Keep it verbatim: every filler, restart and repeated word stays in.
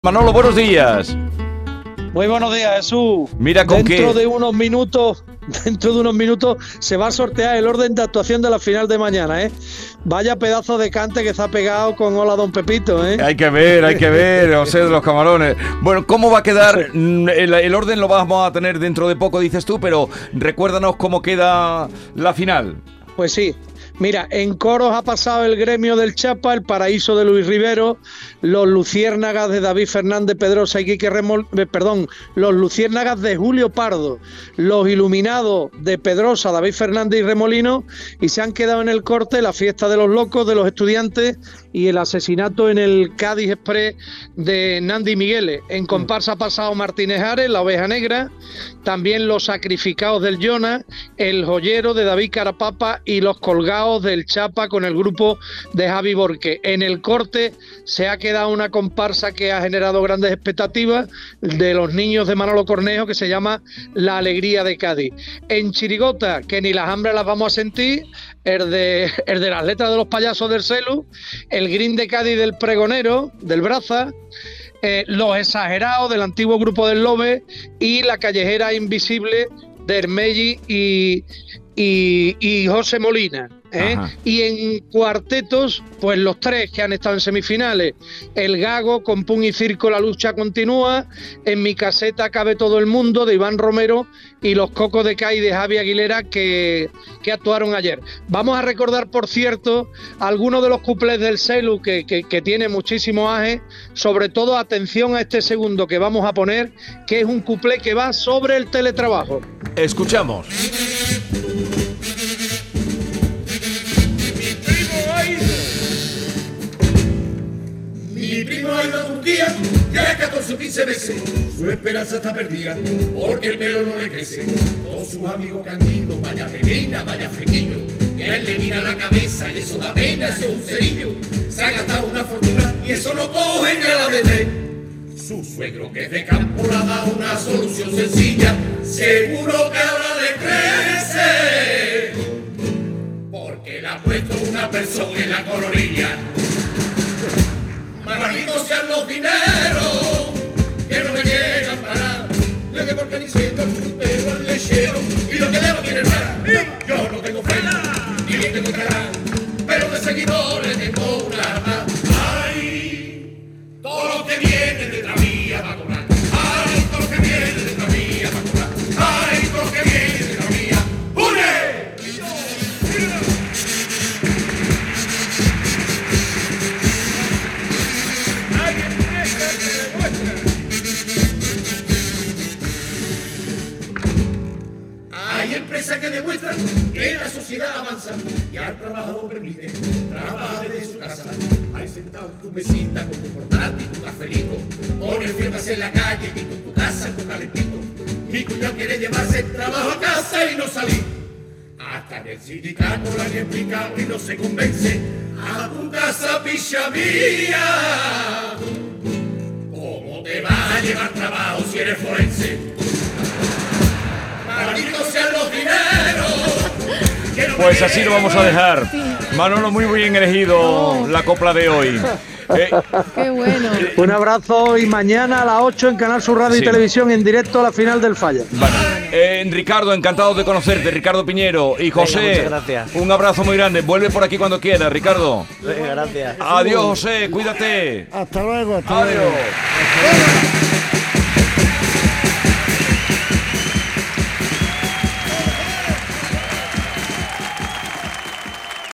Manolo, buenos días. Muy buenos días, Jesús. Mira con dentro qué... de unos minutos, dentro de unos minutos se va a sortear el orden de actuación de la final de mañana, ¿eh? Vaya pedazo de cante que se ha pegado con Hola Don Pepito, ¿eh? Hay que ver, hay que ver, José de los Camarones. Bueno, ¿cómo va a quedar? El, el orden lo vamos a tener dentro de poco, dices tú, pero recuérdanos cómo queda la final. Pues sí. Mira, en coros ha pasado el Gremio del Chapa, el Paraíso de Luis Rivero, los Luciérnagas de David Fernández Pedrosa y Quique Remol... Eh, perdón, los Luciérnagas de Julio Pardo, los Iluminados de Pedrosa, David Fernández y Remolino, y se han quedado en el corte la Fiesta de los Locos de los Estudiantes y el asesinato en el Cádiz Express de Nandi Migueles. En comparsa ha pasado Martínez Ares, la Oveja Negra, también los Sacrificados del Jonas, el Joyero de David Carapapa y los Colgados del Chapa con el grupo de Javi Borque. En el corte se ha quedado una comparsa que ha generado grandes expectativas de los niños de Manolo Cornejo, que se llama La Alegría de Cádiz. En Chirigota, que ni las hambres las vamos a sentir, el de, el de las letras de los payasos del Celu, el Green de Cádiz del Pregonero, del Braza, eh, los Exagerados del antiguo grupo del Lobe y la Callejera Invisible de Hermelli y, y, y José Molina. ¿Eh? Y en cuartetos, pues los tres que han estado en semifinales: El Gago con Pun y Circo, La Lucha Continúa, En mi caseta cabe todo el mundo de Iván Romero y Los Cocos de Cádiz de Javi Aguilera que, que actuaron ayer. Vamos a recordar, por cierto, algunos de los cuplés del Celu que, que, que tiene muchísimo aje, sobre todo atención a este segundo que vamos a poner, que es un cuplé que va sobre el teletrabajo. Escuchamos. Mi primo ha ido a Turquía ya catorce o quince veces. Su esperanza está perdida porque el pelo no le crece. Todos sus amigos candidos, vaya menina, vaya flequillo, que a él le mira la cabeza y eso da pena, eso es un cerillo. Se ha gastado una fortuna y eso no coge ni a la bebé. Su suegro, que es de campo, le ha dado una solución sencilla. Seguro que ahora le crece, porque le ha puesto una persona en la coronilla. Malditos sean los dineros que no me llegan para le de porque ni siento el frutero al lechero y lo que debo tiene nada. Yo no tengo fe ni bien tengo cara, pero de seguidores tengo una arma. Ay, todo lo que viene de la mía va a cobrar. Ay, todo lo que viene de la mía va a cobrar. Ay, todo lo que viene de la mía. ¡Une! Hay empresas que demuestran que la sociedad avanza y al trabajador permite trabajar desde su casa. Hay sentado en tu mesita con tu portátil, tu cafelito, pones firmas en la calle y con tu casa con calentito. Mi cuñado quiere llevarse el trabajo a casa y no salir. Hasta en el sindicato lo han explicado y no se convence. A tu casa, picha mía. ¿Cómo te vas a llevar trabajo si eres forense? ¡Malditos sean los dineros! Pues así lo vamos a dejar. Manolo, muy bien elegido la copla de hoy. Eh, Qué bueno. Un abrazo y mañana a las ocho en Canal Sur Radio Sí. y Televisión en directo a la final del Falla. Vale. Eh, Ricardo, encantado de conocerte, Ricardo Piñero. Y José, Venga, muchas gracias. un abrazo muy grande. Vuelve por aquí cuando quieras, Ricardo. Venga, gracias. Adiós, José, cuídate. Hasta luego, hasta Adiós. luego.